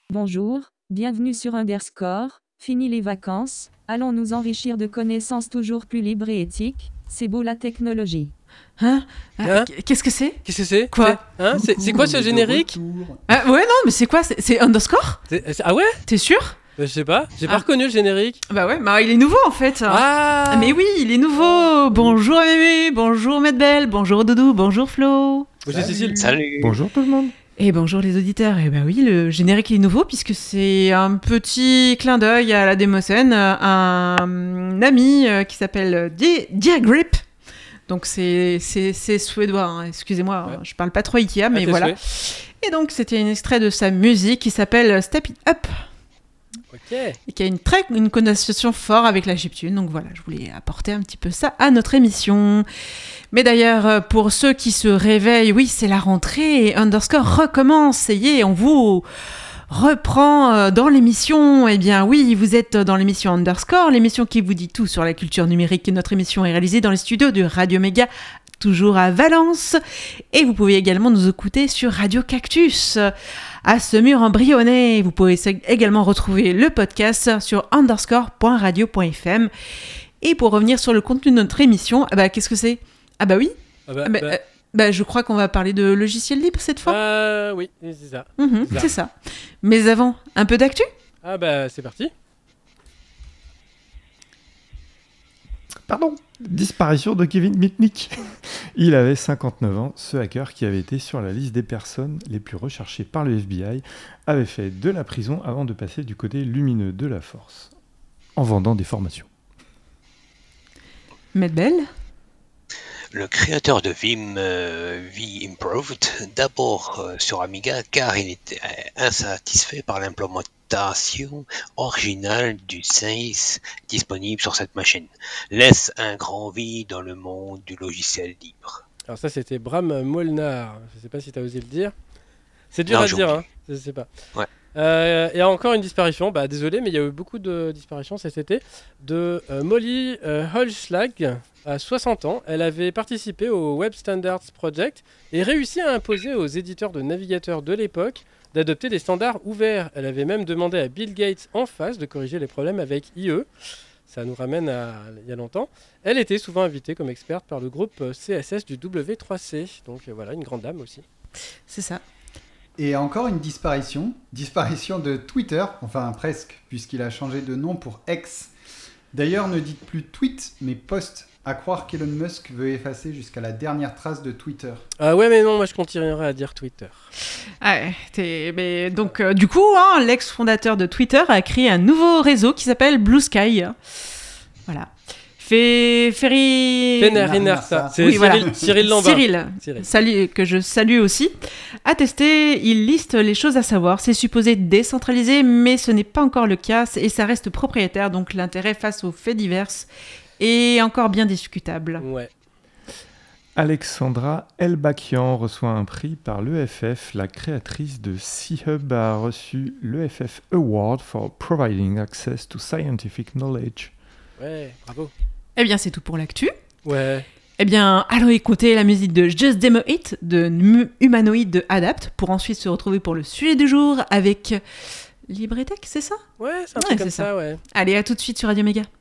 Bonjour, bienvenue sur Underscore. Fini les vacances, allons nous enrichir de connaissances toujours plus libres et éthiques. C'est beau la technologie. Hein Hein Qu'est-ce que c'est? Qu'est-ce que c'est? Quoi? C'est quoi ce générique? Ouais, non, mais c'est quoi? C'est Underscore? Ah ouais? T'es sûr? Je sais pas, j'ai pas reconnu le générique. Bah ouais, bah il est nouveau en fait. Ah Mais oui, il est nouveau. Bonjour Mémé, bonjour Medbel, bonjour Doudou, bonjour Flo. Bonjour Cécile. Salut. Bonjour tout le monde. Et bonjour les auditeurs. Et bah oui, le générique est nouveau puisque c'est un petit clin d'œil à la démocène, un ami qui s'appelle Diagrip. Donc c'est suédois, hein. Excusez-moi, Ouais. je parle pas trop Ikea, mais tes voilà. souhaits. Et donc c'était un extrait de sa musique qui s'appelle Step It Up. Ok. Et qui a une connotation forte avec la chiptune. Donc voilà, je voulais apporter un petit peu ça à notre émission. Mais d'ailleurs, pour ceux qui se réveillent, oui, c'est la rentrée et Underscore recommence. Ça y est, on vous reprend dans l'émission. Eh bien oui, vous êtes dans l'émission Underscore, l'émission qui vous dit tout sur la culture numérique. Et notre émission est réalisée dans les studios de Radio Méga, toujours à Valence. Et vous pouvez également nous écouter sur Radio Cactus, à Semur-en-Brionnais. Vous pouvez également retrouver le podcast sur underscore.radio.fm. Et pour revenir sur le contenu de notre émission, qu'est-ce que c'est? Ah bah oui, je crois qu'on va parler de logiciels libres cette fois. Oui, c'est ça. C'est ça. Mais avant, un peu d'actu? Ah bah c'est parti. Pardon. Disparition de Kevin Mitnick. Il avait 59 ans. Ce hacker qui avait été sur la liste des personnes les plus recherchées par le FBI avait fait de la prison avant de passer du côté lumineux de la force en vendant des formations. Medbel? Le créateur de Vim, V-Improved, d'abord sur Amiga car il était insatisfait par l'implémentation originale du SACE disponible sur cette machine. Laisse un grand vide dans le monde du logiciel libre. Alors ça c'était Bram Molnar. Je sais pas si t'as osé le dire. C'est dur Non, à j'ai dire, oublié. hein. Je sais pas. Ouais. Et encore une disparition, désolé, mais il y a eu beaucoup de disparitions cet été, de Molly Holzschlag, à 60 ans. Elle avait participé au Web Standards Project et réussi à imposer aux éditeurs de navigateurs de l'époque d'adopter des standards ouverts. Elle avait même demandé à Bill Gates en face de corriger les problèmes avec IE. Ça nous ramène à il y a longtemps. Elle était souvent invitée comme experte par le groupe CSS du W3C. Donc voilà, une grande dame aussi. C'est ça. Et encore une disparition de Twitter, enfin presque, puisqu'il a changé de nom pour X. D'ailleurs, ne dites plus tweet, mais post, à croire qu'Elon Musk veut effacer jusqu'à la dernière trace de Twitter. Ah ouais, mais non, moi je continuerai à dire Twitter. Donc, du coup, l'ex-fondateur de Twitter a créé un nouveau réseau qui s'appelle Blue Sky. Voilà. Fenerinarsa. C'est Oui, Cyril Lambin. Cyril, que je salue aussi, a testé. Il liste les choses à savoir. C'est supposé décentralisé, mais ce n'est pas encore le cas et ça reste propriétaire. Donc l'intérêt face aux faits divers est encore bien discutable. Ouais. Alexandra Elbakian reçoit un prix par l'EFF. La créatrice de C-Hub a reçu l'EFF Award for Providing Access to Scientific Knowledge. Ouais, bravo. Eh bien, c'est tout pour l'actu. Ouais. Eh bien, allons écouter la musique de Just Demo It de Humanoid de Adapt pour ensuite se retrouver pour le sujet du jour avec Libretech, c'est ça? Ouais, c'est un truc comme c'est ça, ouais. Allez, à tout de suite sur Radio Méga.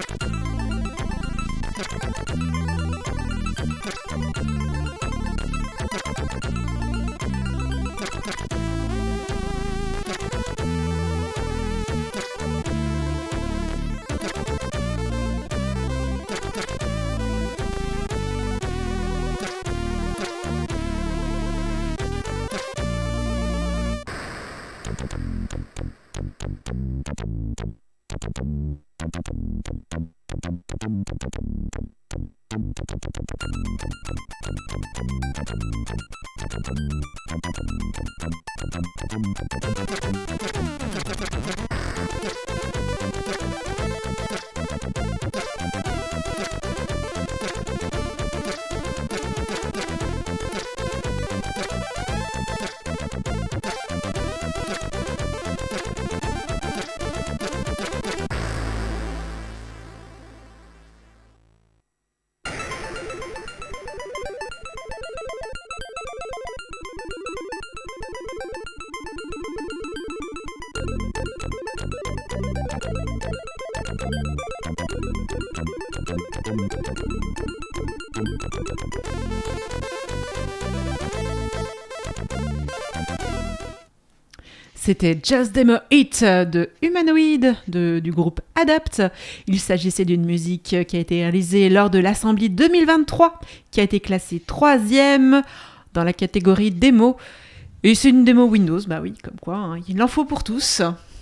C'était Just Demo It de Humanoid du groupe Adapt. Il s'agissait d'une musique qui a été réalisée lors de l'Assemblée 2023, qui a été classée 3e dans la catégorie démo. Et c'est une démo Windows, bah oui, comme quoi, hein, il en faut pour tous.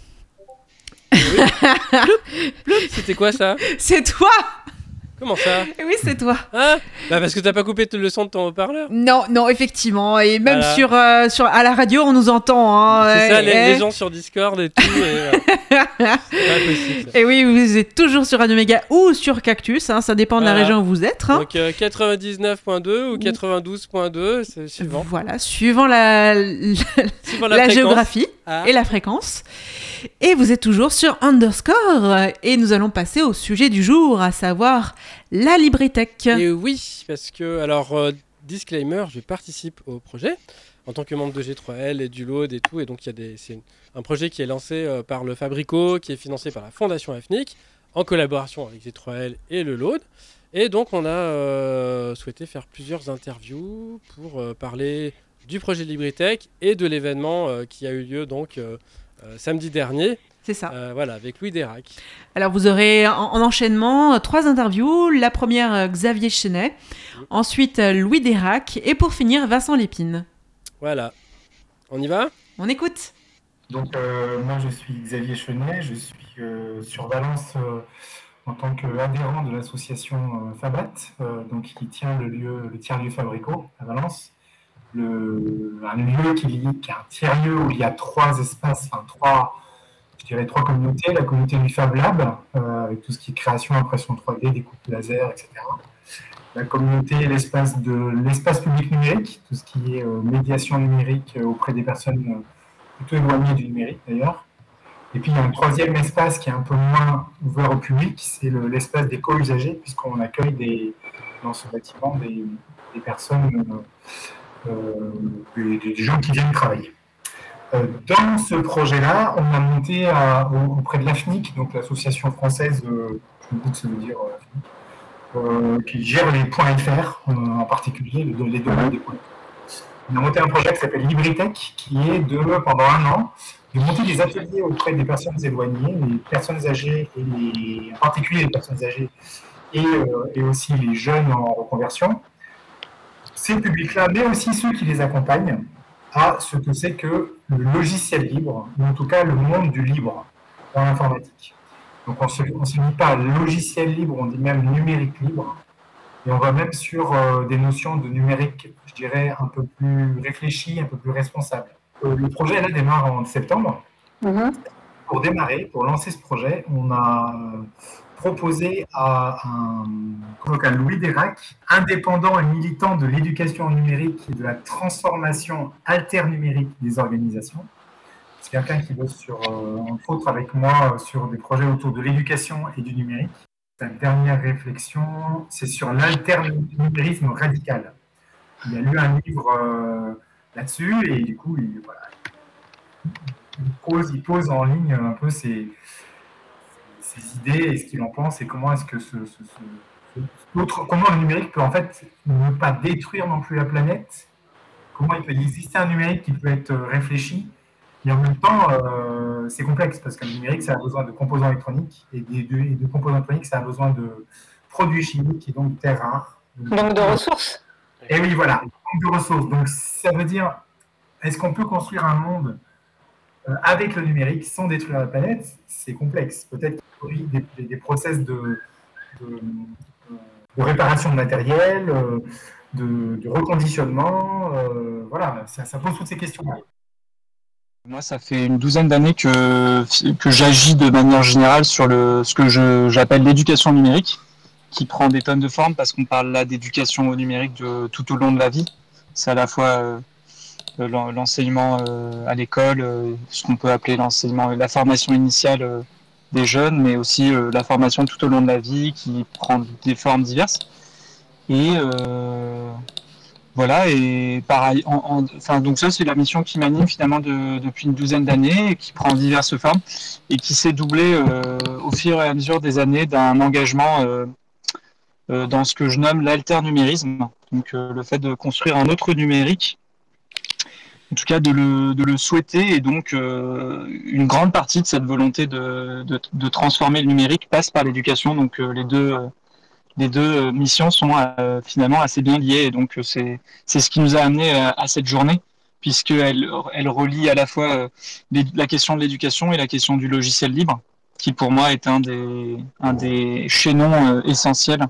Oui. Ploup, c'était quoi ça? C'est toi! Comment ça? Oui, c'est toi. Hein? Bah parce que t'as pas coupé le son de ton haut-parleur. Non, effectivement. Et même Voilà. à la radio, on nous entend. Hein, C'est ça, les gens sur Discord et tout. C'est pas possible. Ça. Et oui, vous êtes toujours sur Radio Méga ou sur Cactus. Hein, ça dépend de la Voilà. région où vous êtes. Hein. Donc 99.2 ou 92.2, c'est suivant. Voilà, suivant la Suivant la fréquence. géographie Ah. et la fréquence. Et vous êtes toujours sur Underscore. Et nous allons passer au sujet du jour, à savoir la Libretech. Et oui, parce que, alors, disclaimer, je participe au projet en tant que membre de G3L et du LOAD et tout. Et donc, c'est un projet qui est lancé par le Fabrico, qui est financé par la Fondation AFNIC, en collaboration avec G3L et le LOAD. Et donc, on a souhaité faire plusieurs interviews pour parler du projet Libretech et de l'événement qui a eu lieu donc samedi dernier. C'est ça. Voilà, avec Louis Dérac. Alors, vous aurez en enchaînement 3 interviews. La première, Xavier Chenet. Ensuite, Louis Dérac. Et pour finir, Vincent Lépine. Voilà. On y va? On écoute. Donc, moi, je suis Xavier Chenet. Je suis sur Valence en tant qu'adhérent de l'association Fabat, donc qui tient le tiers-lieu Fabrico à Valence. Un lieu qui est un tiers-lieu où il y a 3 espaces, enfin 3 communautés. La communauté du Fab Lab, avec tout ce qui est création, impression 3D, découpe laser, etc. La communauté, l'espace public numérique, tout ce qui est médiation numérique auprès des personnes plutôt éloignées du numérique d'ailleurs. Et puis il y a un 3e espace qui est un peu moins ouvert au public, c'est l'espace des co-usagers, puisqu'on accueille dans ce bâtiment des personnes, des gens qui viennent travailler. Dans ce projet-là, on a monté auprès de l'AFNIC, donc l'association française, je me doute ça veut dire qui gère les points FR, en particulier les domaines des points. On a monté un projet qui s'appelle Libretech, qui est pendant 1 an, de monter des ateliers auprès des personnes éloignées, les personnes âgées, en particulier les personnes âgées, et aussi les jeunes en reconversion. Ces publics-là, mais aussi ceux qui les accompagnent, à ce que c'est que le logiciel libre, ou en tout cas le monde du libre dans l'informatique. Donc on ne se dit pas logiciel libre, on dit même numérique libre. Et on va même sur des notions de numérique, je dirais, un peu plus réfléchies, un peu plus responsables. Le projet là démarre en septembre. Pour lancer ce projet, on a proposé à Louis Dérac, indépendant et militant de l'éducation numérique et de la transformation alternumérique des organisations. C'est quelqu'un qui bosse entre autres avec moi, sur des projets autour de l'éducation et du numérique. Sa dernière réflexion, c'est sur l'alternumérisme radical. Il a lu un livre là-dessus et du coup, il pose en ligne un peu ses ses idées et ce qu'il en pense et comment est-ce que comment le numérique peut en fait ne pas détruire non plus la planète, comment il peut exister un numérique qui peut être réfléchi, et en même temps, c'est complexe parce qu'un numérique, ça a besoin de composants électroniques et de composants électroniques, ça a besoin de produits chimiques et donc de terres rares. Donc de ressources. Et oui, voilà, de ressources. Donc ça veut dire, est-ce qu'on peut construire un monde avec le numérique sans détruire la planète? C'est complexe. Peut-être qu'il y a des process de réparation de matériel, de reconditionnement. Voilà, ça pose toutes ces questions-là. Moi, ça fait une douzaine d'années que j'agis de manière générale sur ce que j'appelle l'éducation numérique, qui prend des tonnes de formes parce qu'on parle là d'éducation au numérique tout au long de la vie. C'est à la fois l'enseignement à l'école, ce qu'on peut appeler la formation initiale des jeunes, mais aussi la formation tout au long de la vie qui prend des formes diverses. Et voilà, et pareil, donc ça c'est la mission qui m'anime finalement depuis une douzaine d'années et qui prend diverses formes et qui s'est doublée au fur et à mesure des années d'un engagement dans ce que je nomme l'alternumérisme, donc le fait de construire un autre numérique, en tout cas de le souhaiter, et donc une grande partie de cette volonté de transformer le numérique passe par l'éducation, donc les deux missions sont finalement assez bien liées, et donc c'est ce qui nous a amené à cette journée, puisqu'elle relie à la fois la question de l'éducation et la question du logiciel libre, qui pour moi est un des chaînons essentiels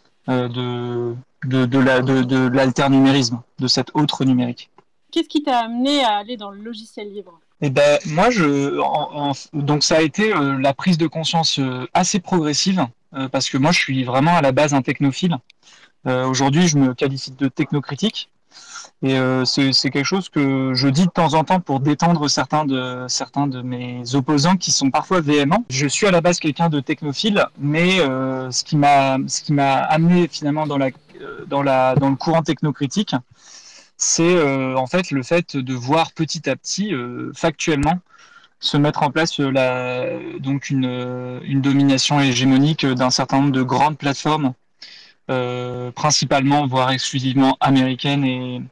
de l'alternumérisme, de cet autre numérique. Qu'est-ce qui t'a amené à aller dans le logiciel libre? Et ben moi donc ça a été la prise de conscience assez progressive parce que moi je suis vraiment à la base un technophile. Aujourd'hui je me qualifie de technocritique et c'est quelque chose que je dis de temps en temps pour détendre certains de mes opposants qui sont parfois véhéments. Je suis à la base quelqu'un de technophile, mais ce qui m'a amené finalement dans le courant technocritique, c'est en fait le fait de voir petit à petit, factuellement, se mettre en place donc une domination hégémonique d'un certain nombre de grandes plateformes, principalement, voire exclusivement américaines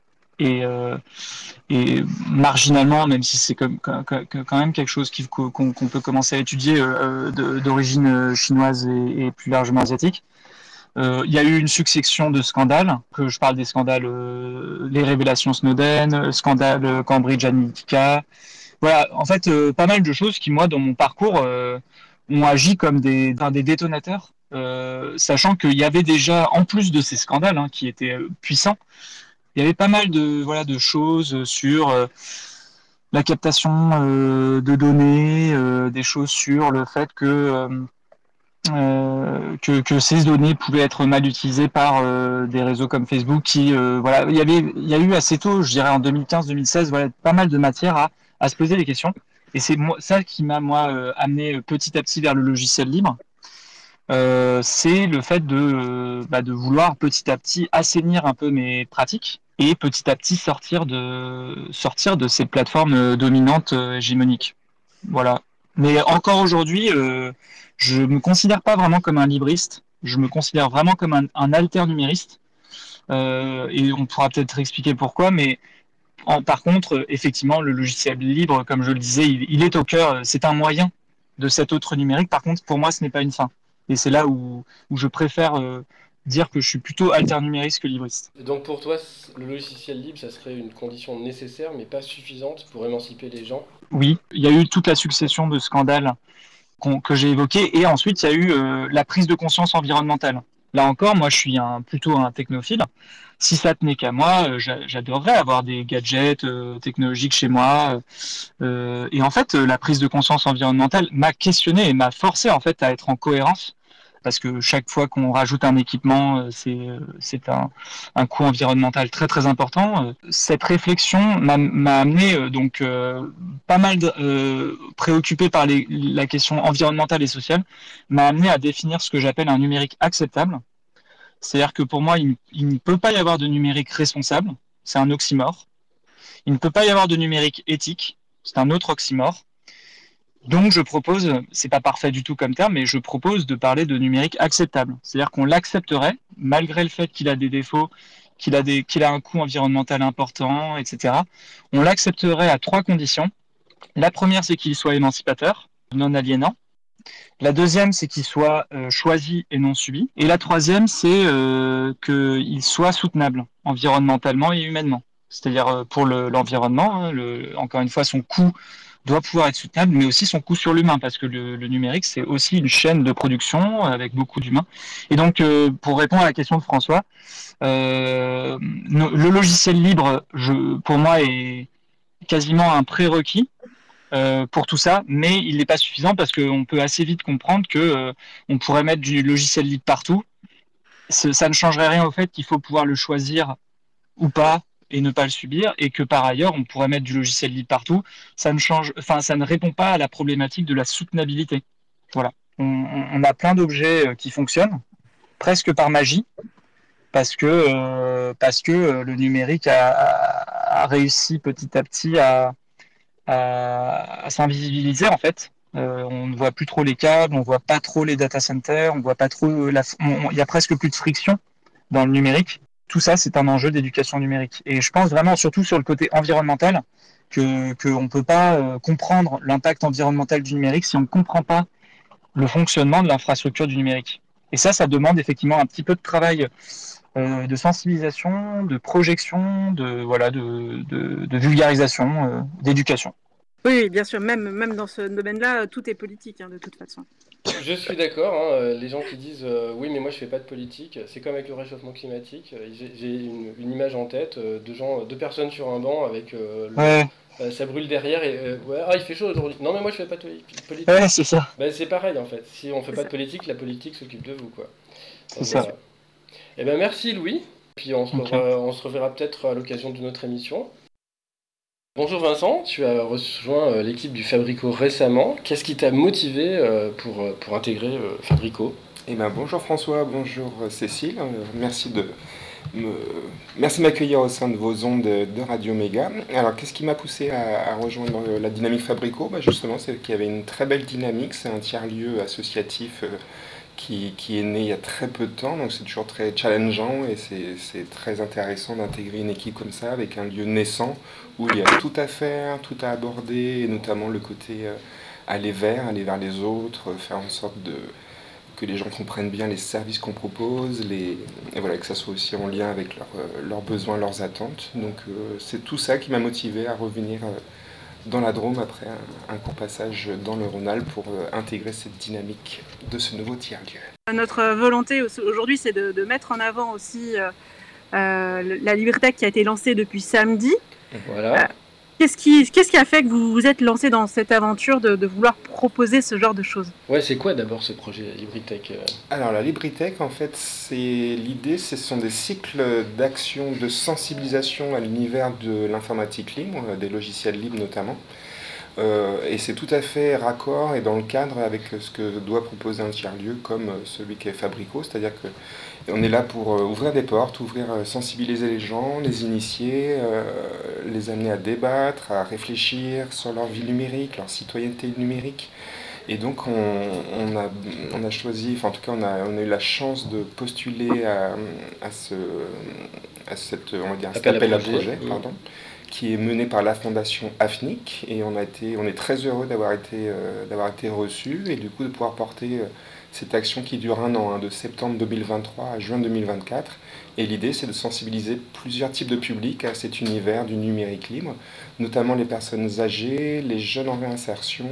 et marginalement, même si c'est quand même quelque chose qu'on peut commencer à étudier, d'origine chinoise et plus largement asiatique. Il y a eu une succession de scandales, que je parle des scandales, les révélations Snowden, scandale Cambridge Analytica. Voilà, en fait, pas mal de choses qui, moi, dans mon parcours, ont agi comme des détonateurs, sachant qu'il y avait déjà, en plus de ces scandales qui étaient puissants, il y avait pas mal de choses sur la captation de données, des choses sur le fait que ces données pouvaient être mal utilisées par des réseaux comme Facebook qui voilà, il y a eu assez tôt, je dirais en 2015-2016, voilà, pas mal de matière à se poser des questions, et c'est ça qui m'a amené petit à petit vers le logiciel libre. C'est le fait de vouloir petit à petit assainir un peu mes pratiques et petit à petit sortir de ces plateformes dominantes hégémoniques. Voilà. Mais encore aujourd'hui, je me considère pas vraiment comme un libriste. Je me considère vraiment comme un alternumériste. Et on pourra peut-être expliquer pourquoi. Mais par contre, effectivement, le logiciel libre, comme je le disais, il est au cœur. C'est un moyen de cet autre numérique. Par contre, pour moi, ce n'est pas une fin. Et c'est là où je préfère dire que je suis plutôt alternumériste que libriste. Et donc pour toi, le logiciel libre, ça serait une condition nécessaire mais pas suffisante pour émanciper les gens? Oui, il y a eu toute la succession de scandales que j'ai évoqués, et ensuite il y a eu la prise de conscience environnementale. Là encore, moi je suis plutôt un technophile. Si ça tenait qu'à moi, j'adorerais avoir des gadgets technologiques chez moi. Et en fait, la prise de conscience environnementale m'a questionné et m'a forcé en fait à être en cohérence, parce que chaque fois qu'on rajoute un équipement, c'est un coût environnemental très très important. Cette réflexion m'a amené donc pas mal préoccupé par la question environnementale et sociale, m'a amené à définir ce que j'appelle un numérique acceptable. C'est-à-dire que pour moi, il ne peut pas y avoir de numérique responsable, c'est un oxymore. Il ne peut pas y avoir de numérique éthique, c'est un autre oxymore. Donc je propose, c'est pas parfait du tout comme terme, mais je propose de parler de numérique acceptable. C'est-à-dire qu'on l'accepterait, malgré le fait qu'il a des défauts, qu'il a un coût environnemental important, etc. On l'accepterait à 3 conditions. La première, c'est qu'il soit émancipateur, non aliénant. La deuxième, c'est qu'il soit choisi et non subi. Et la troisième, c'est qu'il soit soutenable environnementalement et humainement. C'est-à-dire pour l'environnement, hein, encore une fois, son coût doit pouvoir être soutenable, mais aussi son coût sur l'humain, parce que le numérique, c'est aussi une chaîne de production avec beaucoup d'humains. Et donc, pour répondre à la question de François, le logiciel libre, pour moi, est quasiment un prérequis pour tout ça, mais il n'est pas suffisant parce qu'on peut assez vite comprendre que on pourrait mettre du logiciel libre partout. Ça ne changerait rien au fait qu'il faut pouvoir le choisir ou pas et ne pas le subir, et que par ailleurs on pourrait mettre du logiciel libre partout. Ça ne répond pas à la problématique de la soutenabilité. Voilà, on a plein d'objets qui fonctionnent presque par magie parce que le numérique a réussi petit à petit à s'invisibiliser en fait. On ne voit plus trop les câbles, on voit pas trop les data centers, on voit pas trop il y a presque plus de friction dans le numérique. Tout ça, c'est un enjeu d'éducation numérique. Et je pense vraiment, surtout sur le côté environnemental, qu'on ne peut pas comprendre l'impact environnemental du numérique si on ne comprend pas le fonctionnement de l'infrastructure du numérique. Et ça demande effectivement un petit peu de travail de sensibilisation, de projection, de vulgarisation, d'éducation. Oui, bien sûr, même dans ce domaine-là, tout est politique, hein, de toute façon. Je suis d'accord, hein, les gens qui disent oui mais moi je fais pas de politique, c'est comme avec le réchauffement climatique, j'ai une image en tête deux personnes sur un banc avec ça brûle derrière et ouais, il fait chaud aujourd'hui. Non mais moi je fais pas de politique. Ouais, c'est ça. C'est pareil en fait, si on fait pas de politique, la politique s'occupe de vous quoi. C'est ça. Et ben merci Louis, puis on se reverra peut-être à l'occasion d'une autre émission. Bonjour Vincent, tu as rejoint l'équipe du Fabrico récemment. Qu'est-ce qui t'a motivé pour intégrer Fabrico ? Bonjour François, bonjour Cécile. Merci de m'accueillir au sein de vos ondes de Radio Méga. Alors, qu'est-ce qui m'a poussé à rejoindre la dynamique Fabrico ? Justement, c'est qu'il y avait une très belle dynamique. C'est un tiers-lieu associatif qui est né il y a très peu de temps, donc c'est toujours très challengeant et c'est très intéressant d'intégrer une équipe comme ça avec un lieu naissant où il y a tout à faire, tout à aborder, et notamment le côté aller vers les autres, faire en sorte que les gens comprennent bien les services qu'on propose, et voilà, que ça soit aussi en lien avec leurs besoins, leurs attentes. Donc c'est tout ça qui m'a motivé à revenir dans la Drôme après un court passage dans le Rhône-Alpes pour intégrer cette dynamique de ce nouveau tiers-lieu. Notre volonté aujourd'hui, c'est de mettre en avant aussi la Libritech qui a été lancée depuis samedi. Voilà. Qu'est-ce qui a fait que vous vous êtes lancé dans cette aventure de vouloir proposer ce genre de choses ? Ouais, c'est quoi d'abord ce projet Libritech ? Alors la Libritech, en fait, l'idée, ce sont des cycles d'action de sensibilisation à l'univers de l'informatique libre, des logiciels libres notamment. Et c'est tout à fait raccord et dans le cadre avec ce que doit proposer un tiers-lieu comme celui qui est Fabrico, c'est-à-dire que on est là pour ouvrir des portes, sensibiliser les gens, les initier, les amener à débattre, à réfléchir sur leur vie numérique, leur citoyenneté numérique. Et donc on a choisi, enfin en tout cas on a eu la chance de postuler à cet appel à projet, qui est mené par la fondation AFNIC, et on est très heureux d'avoir été reçus et du coup de pouvoir porter cette action qui dure un an, de septembre 2023 à juin 2024. Et l'idée, c'est de sensibiliser plusieurs types de publics à cet univers du numérique libre, notamment les personnes âgées, les jeunes en réinsertion,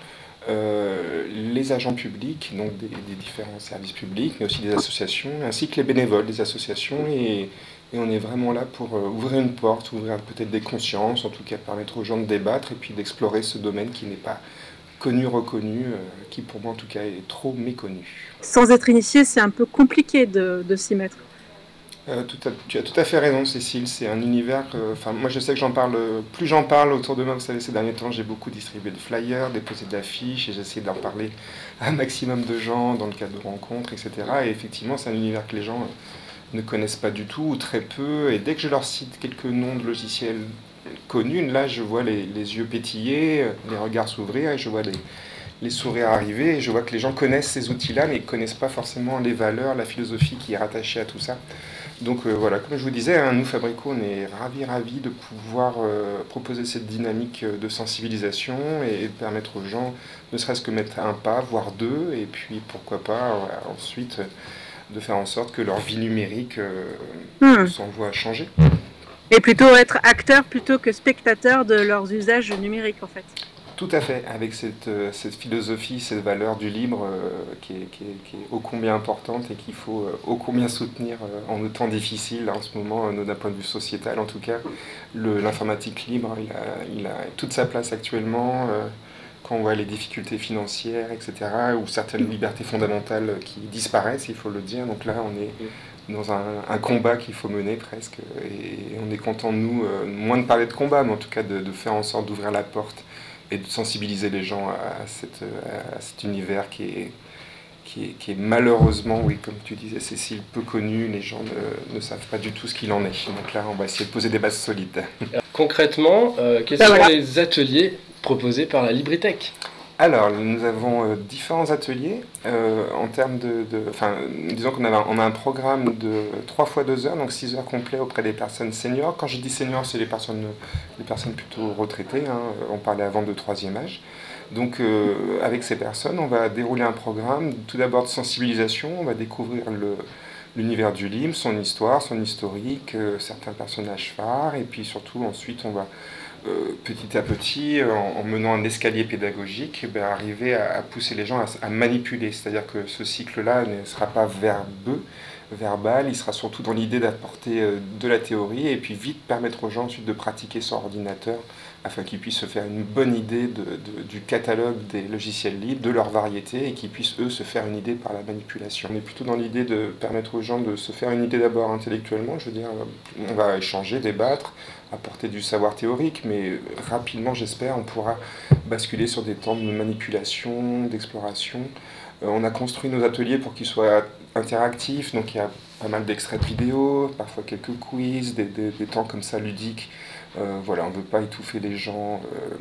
les agents publics, donc des différents services publics, mais aussi des associations, ainsi que les bénévoles des associations. Et on est vraiment là pour ouvrir une porte, ouvrir peut-être des consciences, en tout cas permettre aux gens de débattre et puis d'explorer ce domaine qui n'est pas connu, reconnu, qui pour moi en tout cas est trop méconnu. Sans être initié, c'est un peu compliqué de s'y mettre. Tu as tout à fait raison Cécile, c'est un univers, moi je sais que plus j'en parle autour de moi, vous savez ces derniers temps j'ai beaucoup distribué de flyers, déposé d'affiches et j'essaie d'en parler à un maximum de gens dans le cadre de rencontres, etc. Et effectivement c'est un univers que les gens ne connaissent pas du tout ou très peu, et dès que je leur cite quelques noms de logiciels connus, là je vois les yeux pétiller, les regards s'ouvrir et je vois les sourires arriver et je vois que les gens connaissent ces outils-là mais ne connaissent pas forcément les valeurs, la philosophie qui est rattachée à tout ça. Donc voilà, comme je vous disais, hein, nous Fabrico, on est ravis de pouvoir proposer cette dynamique de sensibilisation et de permettre aux gens, ne serait-ce que mettre un pas, voire deux, et puis pourquoi pas ensuite de faire en sorte que leur vie numérique s'envoie à changer. Et plutôt être acteur plutôt que spectateur de leurs usages numériques en fait. Tout à fait, avec cette philosophie, cette valeur du libre qui est ô combien importante et qu'il faut ô combien soutenir en nos temps difficiles, en ce moment, d'un point de vue sociétal en tout cas. L'informatique libre, il a toute sa place actuellement quand on voit les difficultés financières, etc., ou certaines libertés fondamentales qui disparaissent, il faut le dire. Donc là, on est dans un combat qu'il faut mener presque, et on est content, nous, moins de parler de combat, mais en tout cas de faire en sorte d'ouvrir la porte et de sensibiliser les gens à cet univers qui est malheureusement, oui, comme tu disais Cécile, peu connu, les gens ne savent pas du tout ce qu'il en est. Donc là, on va essayer de poser des bases solides. Concrètement, quels sont les ateliers proposés par la Libritech ? Alors, nous avons différents ateliers en termes disons qu'on a un programme de 3 fois 2 heures, donc 6 heures complets auprès des personnes seniors. Quand je dis seniors, c'est les personnes plutôt retraitées, hein, on parlait avant de 3e âge. Donc, avec ces personnes, on va dérouler un programme, tout d'abord de sensibilisation, on va découvrir l'univers du livre, son histoire, son historique, certains personnages phares, et puis surtout, ensuite, on va petit à petit, en menant un escalier pédagogique, arriver à pousser les gens à manipuler. C'est-à-dire que ce cycle-là ne sera pas verbal, il sera surtout dans l'idée d'apporter de la théorie et puis vite permettre aux gens ensuite de pratiquer sur ordinateur afin qu'ils puissent se faire une bonne idée du catalogue des logiciels libres, de leur variété, et qu'ils puissent, eux, se faire une idée par la manipulation. On est plutôt dans l'idée de permettre aux gens de se faire une idée d'abord intellectuellement, je veux dire, on va échanger, débattre, apporter du savoir théorique, mais rapidement, j'espère, on pourra basculer sur des temps de manipulation, d'exploration. On a construit nos ateliers pour qu'ils soient interactifs, donc il y a pas mal d'extraits de vidéos, parfois quelques quiz, des temps comme ça ludiques. Voilà, on ne veut pas étouffer les gens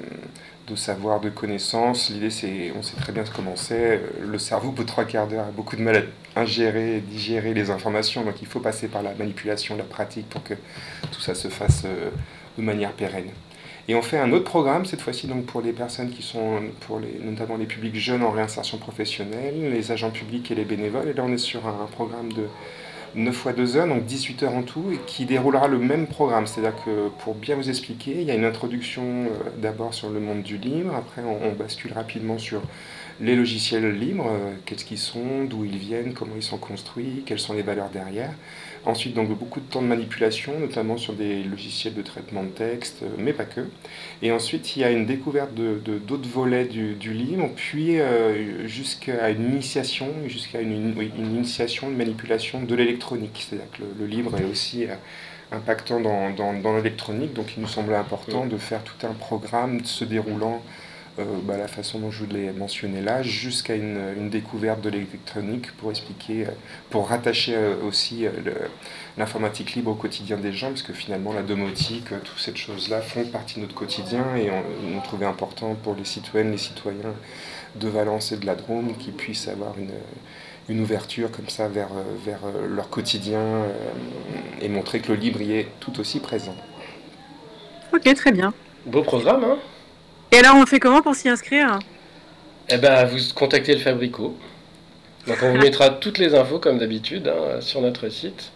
de savoir, de connaissances. L'idée, on sait très bien comment c'est. Le cerveau, au bout de 3 quarts d'heure, a beaucoup de mal à ingérer, digérer les informations. Donc il faut passer par la manipulation, la pratique, pour que tout ça se fasse de manière pérenne. Et on fait un autre programme, cette fois-ci donc pour les personnes qui sont, notamment les publics jeunes en réinsertion professionnelle, les agents publics et les bénévoles. Et là, on est sur un programme de 9 fois 2 heures, donc 18 heures en tout, et qui déroulera le même programme. C'est-à-dire que, pour bien vous expliquer, il y a une introduction d'abord sur le monde du livre, après on bascule rapidement sur les logiciels libres, qu'est-ce qu'ils sont, d'où ils viennent, comment ils sont construits, quelles sont les valeurs derrière. Ensuite, donc, beaucoup de temps de manipulation, notamment sur des logiciels de traitement de texte, mais pas que. Et ensuite, il y a une découverte d'autres volets du livre, puis jusqu'à une initiation, une initiation, une manipulation de l'électronique. C'est-à-dire que le livre est aussi impactant dans l'électronique, donc il nous semblait important de faire tout un programme se déroulant la façon dont je l'ai mentionné là, jusqu'à une découverte de l'électronique pour expliquer, pour rattacher aussi l'informatique libre au quotidien des gens, parce que finalement la domotique, toutes ces choses-là font partie de notre quotidien, et on trouvait important pour les citoyennes, les citoyens de Valence et de la Drôme qui puissent avoir une ouverture comme ça vers leur quotidien et montrer que le libre y est tout aussi présent. Ok, très bien. Beau programme, hein ? Et alors, on fait comment pour s'y inscrire ? Eh ben, vous contactez le Fabrico. Donc, on vous mettra toutes les infos, comme d'habitude, sur notre site.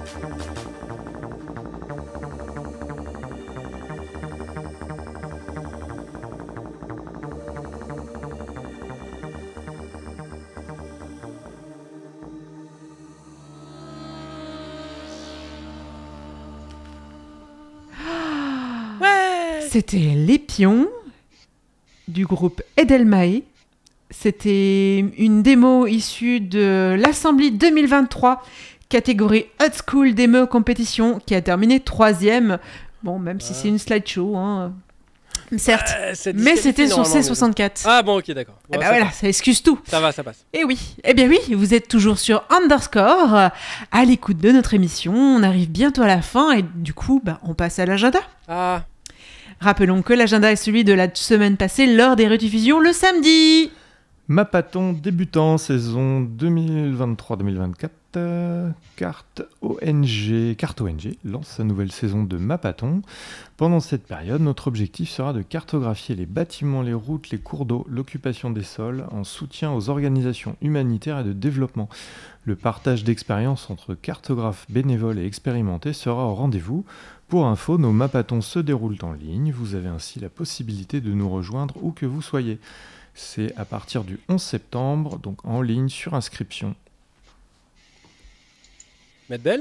C'était Les Pions du groupe Edelmae. C'était une démo issue de l'Assemblée 2023, catégorie Hot School Demo Competition, qui a terminé 3e. Bon, même si c'est une slideshow, hein. Certes, mais c'était son C64. Ah bon, ok, d'accord. Bon, voilà, ça excuse tout. Ça va, ça passe. Et oui, eh bien oui, vous êtes toujours sur Underscore, à l'écoute de notre émission. On arrive bientôt à la fin et du coup, on passe à l'agenda. Ah. Rappelons que l'agenda est celui de la semaine passée lors des rediffusions le samedi. Mappathon débutant saison 2023-2024. Carte ONG lance sa nouvelle saison de Mappathon. Pendant cette période, notre objectif sera de cartographier les bâtiments, les routes, les cours d'eau, l'occupation des sols en soutien aux organisations humanitaires et de développement. Le partage d'expériences entre cartographes bénévoles et expérimentés sera au rendez-vous. Pour info, nos Mappathons se déroulent en ligne. Vous avez ainsi la possibilité de nous rejoindre où que vous soyez. C'est à partir du 11 septembre, donc en ligne sur inscription. Maître Bell ?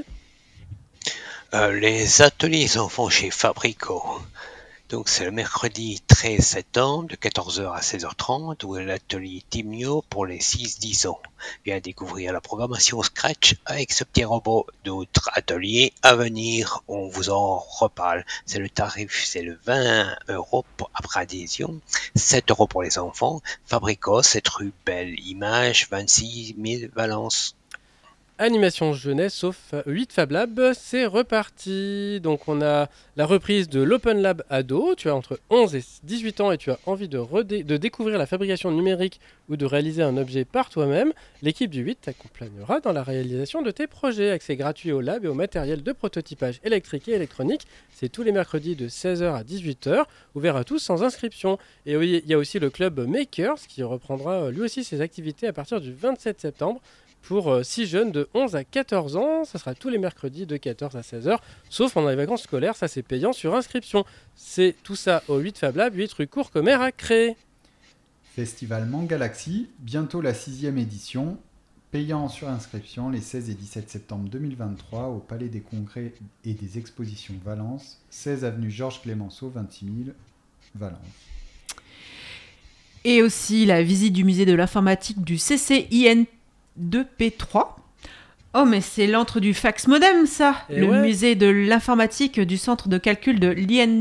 Les ateliers enfants chez Fabrico. Donc c'est le mercredi 13 septembre de 14h à 16h30 ou l'atelier Timio pour les 6-10 ans. Viens découvrir la programmation Scratch avec ce petit robot. D'autres ateliers à venir, on vous en reparle. C'est le tarif, c'est le 20€ après adhésion, 7€ pour les enfants. Fabrico, 7 rue Belle Image, 26 000 Valence. Animation jeunesse, sauf 8 Fab Lab, c'est reparti. Donc on a la reprise de l'Open Lab Ado. Tu as entre 11 et 18 ans et tu as envie de découvrir la fabrication numérique ou de réaliser un objet par toi-même. L'équipe du 8 t'accompagnera dans la réalisation de tes projets. Accès gratuit au lab et au matériel de prototypage électrique et électronique. C'est tous les mercredis de 16h à 18h, ouvert à tous sans inscription. Et oui, il y a aussi le club Makers qui reprendra lui aussi ses activités à partir du 27 septembre. Pour 6 jeunes de 11 à 14 ans, ça sera tous les mercredis de 14 à 16h, sauf pendant les vacances scolaires, ça c'est payant sur inscription. C'est tout ça au 8 Fab Lab, 8 rue Courcomère à Cré. Festival Mangalaxy, bientôt la 6e édition, payant sur inscription les 16 et 17 septembre 2023 au Palais des Congrès et des Expositions Valence, 16 avenue Georges Clémenceau, 26 000 Valence. Et aussi la visite du musée de l'informatique du CCIN 2P3. Oh, mais c'est l'antre du fax modem, ça. Et le ouais. musée de l'informatique du centre de calcul de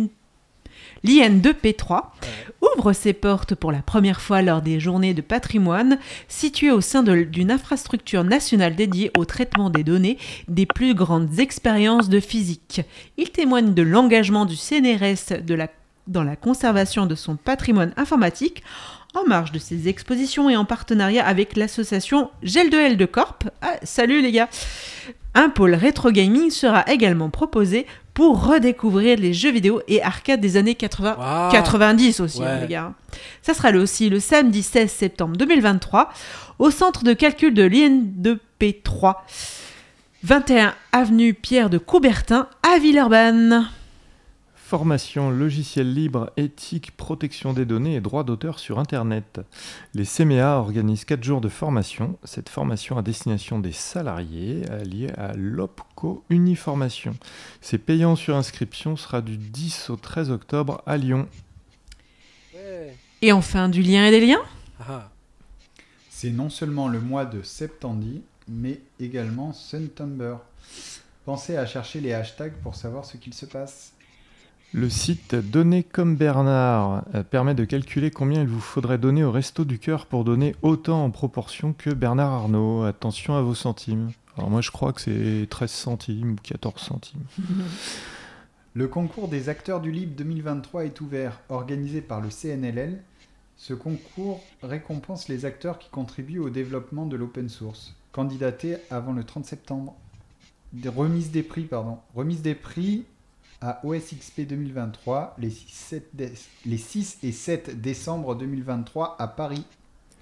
l'IN2P3 ouvre ses portes pour la première fois lors des journées de patrimoine situées au sein d'une infrastructure nationale dédiée au traitement des données des plus grandes expériences de physique. Il témoigne de l'engagement du CNRS dans la conservation de son patrimoine informatique en marge de ses expositions et en partenariat avec l'association Gel2L2 Corp. Ah, salut les gars. Un pôle rétro gaming sera également proposé pour redécouvrir les jeux vidéo et arcades des années 80, Wow. 90 aussi, Ouais. les gars. Ça sera aussi le samedi 16 septembre 2023 au centre de calcul de l'IN2P3, 21 avenue Pierre de Coubertin à Villeurbanne. Formation logiciel libre, éthique, protection des données et droits d'auteur sur Internet. Les CMEA organisent 4 jours de formation. Cette formation à destination des salariés liée à l'OPCO Uniformation. C'est payant sur inscription, sera du 10 au 13 octobre à Lyon. Ouais. Et enfin, du lien et des liens. Ah. C'est non seulement le mois de septembre, mais également Suntumber. Pensez à chercher les hashtags pour savoir ce qu'il se passe. Le site Donner comme Bernard permet de calculer combien il vous faudrait donner au Resto du Cœur pour donner autant en proportion que Bernard Arnault. Attention à vos centimes. Alors moi je crois que c'est 13 centimes ou 14 centimes. Le concours des acteurs du Libre 2023 est ouvert, organisé par le CNLL. Ce concours récompense les acteurs qui contribuent au développement de l'open source. Candidatez avant le 30 septembre. Remise des prix à OSXP 2023 les 6 et 7 décembre 2023 à Paris.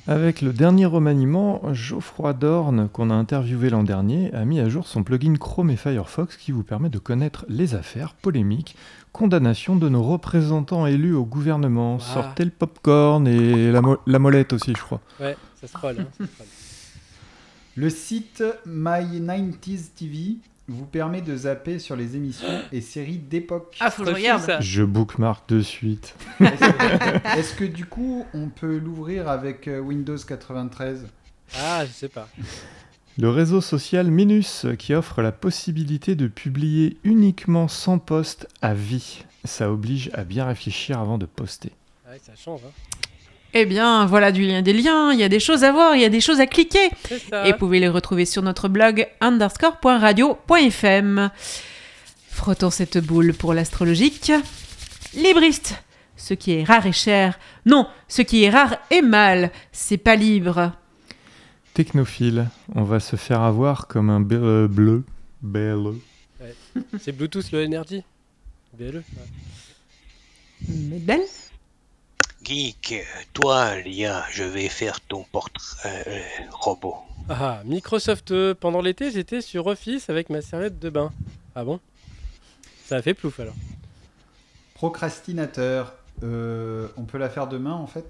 Avec le dernier remaniement, Geoffroy Dorn, qu'on a interviewé l'an dernier, a mis à jour son plugin Chrome et Firefox qui vous permet de connaître les affaires, polémiques, condamnations de nos représentants élus au gouvernement. Ah. Sortez le popcorn et la molette aussi, je crois. Ouais, ça se troll. Le site My90s TV vous permet de zapper sur les émissions et séries d'époque. Ah, faut que je regarde. Je bookmark de suite. Est-ce que du coup, on peut l'ouvrir avec Windows 93 ? Ah, je sais pas. Le réseau social Minus qui offre la possibilité de publier uniquement 100 posts à vie. Ça oblige à bien réfléchir avant de poster. Ouais, ça change. Hein. Eh bien, voilà des liens, il y a des choses à voir, il y a des choses à cliquer. C'est ça. Et vous pouvez les retrouver sur notre blog _radio.fm. Frottons cette boule pour l'astrologique. Libriste, ce qui est rare est cher. Non, ce qui est rare est mal. C'est pas libre. Technophile, on va se faire avoir comme un bleu. Ouais. C'est Bluetooth Low Energy. BLE. Ouais. Mais belle. Geek, toi, Lia, je vais faire ton portrait robot. Ah, Microsoft, pendant l'été, j'étais sur Office avec ma serviette de bain. Ah bon ? Ça a fait plouf alors. Procrastinateur, on peut la faire demain en fait ?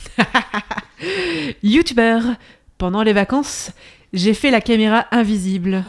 YouTuber, pendant les vacances, j'ai fait la caméra invisible.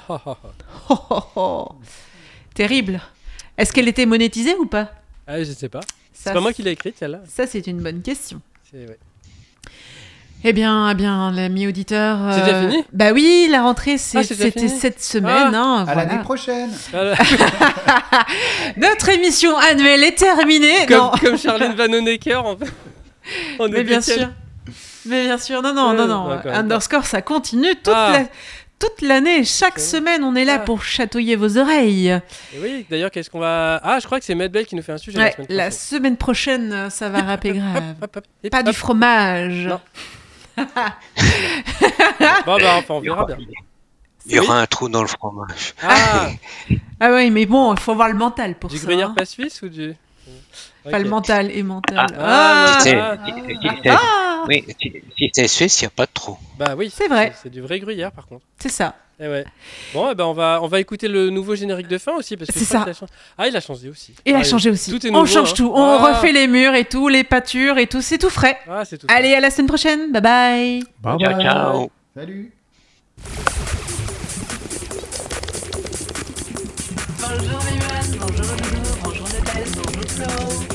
Terrible. Est-ce qu'elle était monétisée ou pas ? Ah, je sais pas. Ça, C'est pas moi qui l'ai écrite, celle-là. Ça, c'est une bonne question. Ouais. Eh bien, l'ami auditeur... C'est déjà fini ? Bah oui, la rentrée, c'est déjà c'était fini cette semaine. Hein, À voilà. l'année prochaine. Voilà. Notre émission annuelle est terminée. Non. Comme Charlène Vanhoenacker, en fait. Mais bien sûr. Mais bien sûr, non. D'accord. Underscore, ça continue toute l'année. Chaque semaine, on est là pour chatouiller vos oreilles. Et oui, d'ailleurs, qu'est-ce qu'on va... Ah, je crois que c'est Medbell qui nous fait un sujet Ouais, la semaine prochaine. la semaine prochaine, ça va rapper grave. Et Pas du fromage. Non. Bon, bah, enfin, on verra bien. Il y aura un trou dans le fromage. Ah, Ah oui, mais bon, il faut voir le mental pour du ça. gruyère hein. pas suisse ou du... Pas Ok. le mental et mental. Ah, Si ah, oui, si c'est suisse, il n'y a pas de trou. Bah oui, C'est vrai. C'est du vrai gruyère, par contre. C'est ça. Eh ouais. Bon, eh ben on va écouter le nouveau générique de fin aussi parce que C'est je crois ça. qu'il a changé. Ah, il a changé aussi. Et il a Ah, changé aussi. Tout est On nouveau, change hein. tout. On Ah. refait les murs et tout, les pâtures et tout. C'est tout frais. Ah, c'est tout. Allez, à la semaine prochaine. Bye bye. Bye Ciao, bye. ciao. Salut. Bonjour Viviane, bonjour Loulou, bonjour Nobel, bonjour Flo.